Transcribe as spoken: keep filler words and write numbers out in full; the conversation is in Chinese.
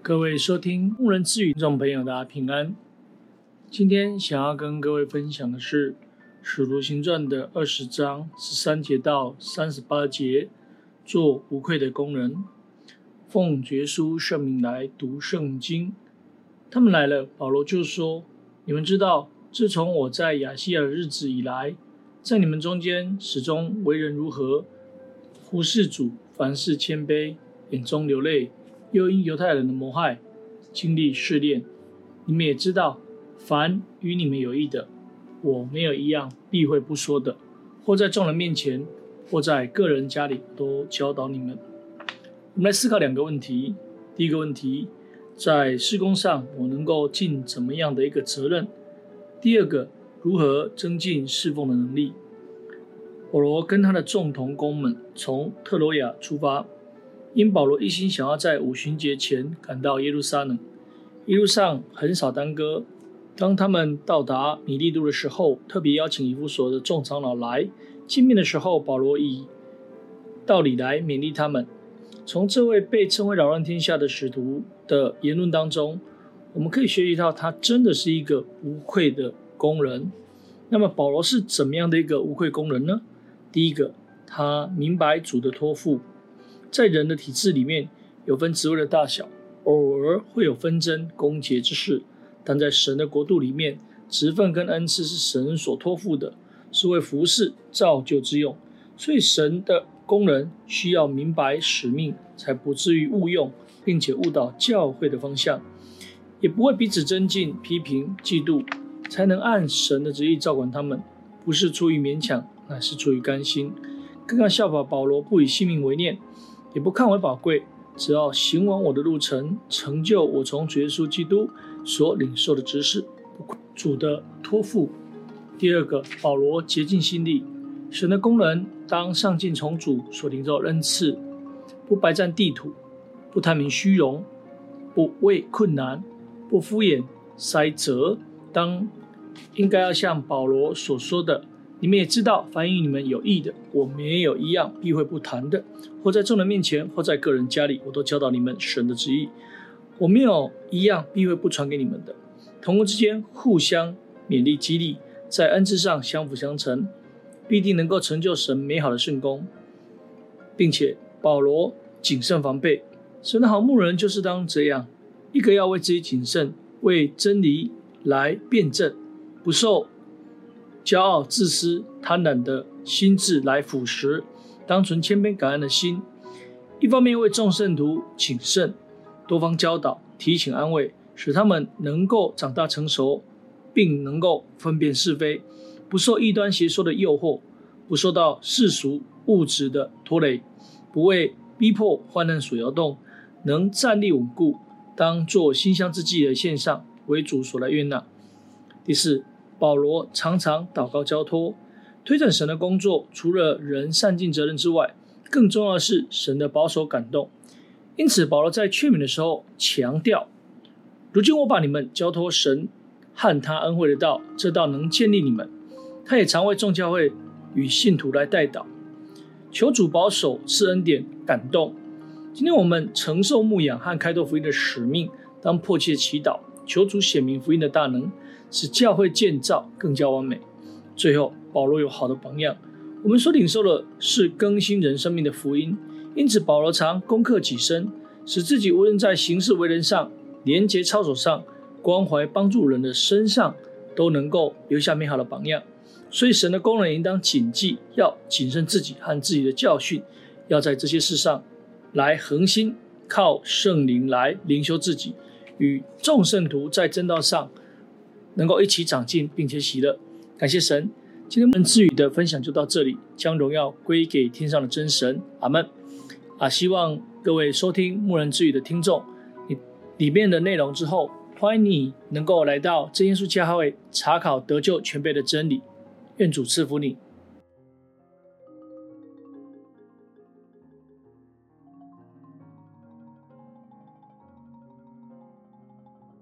各位收听牧人之语听众朋友，大家平安。今天想要跟各位分享的是《使徒行传》的二十章十三节到三十八节，做无愧的工人。奉主耶稣圣名来读圣经。他们来了，保罗就说：你们知道，自从我在亚细亚的日子以来，在你们中间始终为人如何，服事主，凡事谦卑，眼中流泪，又因犹太人的谋害，经历试炼。你们也知道，凡与你们有益的，我没有一样避讳不说的，或在众人面前，或在个人家里，都教导你们。我们来思考两个问题。第一个问题，在事工上我能够尽怎么样的一个责任？第二个，如何增进侍奉的能力？保罗跟他的众同工们从特罗亚出发，因保罗一心想要在五旬节前赶到耶路撒冷，一路上很少耽搁。当他们到达米利都的时候，特别邀请以弗所的众长老来见面的时候，保罗以道理来勉励他们。从这位被称为扰乱天下的使徒的言论当中，我们可以学习到他真的是一个无愧的工人。那么保罗是怎么样的一个无愧工人呢？第一个，他明白主的托付。在人的体制里面有分职位的大小，偶尔会有纷争攻讦之事，但在神的国度里面，职分跟恩赐是神所托付的，是为服事造就之用。所以神的工人需要明白使命，才不至于误用，并且误导教会的方向，也不会彼此争竞、批评、嫉妒，才能按神的旨意照管他们，不是出于勉强，乃是出于甘心。更要效法保罗，不以性命为念，也不看为宝贵，只要行完我的路程，成就我从主耶稣基督所领受的职事，主的托付。第二个，保罗竭尽心力。神的工人当上进从主所领受的恩赐，不白占地土，不贪名虚荣，不畏困难，不敷衍塞责。当应该要像保罗所说的，你们也知道，凡与你们有益的，我没有一样避讳不谈的，或在众人面前，或在个人家里，我都教导你们神的旨意。我没有一样避讳不传给你们的。同工之间互相勉励激励，在恩赐上相辅相成，必定能够成就神美好的圣工。并且保罗谨慎防备，神的好牧人就是当这样，一个要为自己谨慎，为真理来辩证，不受骄傲、自私、贪婪的心智来腐蚀，当存谦卑感恩的心。一方面为众圣徒谨慎，多方教导、提醒、安慰，使他们能够长大成熟，并能够分辨是非，不受异端邪说的诱惑，不受到世俗物质的拖累，不为逼迫患难所摇动，能站立稳固，当作馨香之祭的献上，为主所来悦纳。第四，保罗常常祷告交托，推展神的工作，除了人善尽责任之外，更重要的是神的保守感动。因此保罗在劝勉的时候强调，如今我把你们交托神和他恩惠的道，这道能建立你们。他也常为众教会与信徒来代祷，求主保守赐恩典感动。今天我们承受牧养和开拓福音的使命，当迫切祈祷，求主显明福音的大能，使教会建造更加完美。最后保罗有好的榜样，我们所领受的是更新人生命的福音，因此保罗常攻克己身，使自己无论在行事为人上、廉洁操守上、关怀帮助人的身上，都能够留下美好的榜样。所以神的工人应当谨记，要谨慎自己和自己的教训，要在这些事上来恒心，靠圣灵来灵修自己，与众圣徒在真道上能够一起长进，并且喜乐。感谢神，今天牧人之语的分享就到这里，将荣耀归给天上的真神。阿们。啊，希望各位收听牧人之语的听众，你里面的内容之后，欢迎你能够来到真耶稣教会查考得救全备的真理。愿主赐福你。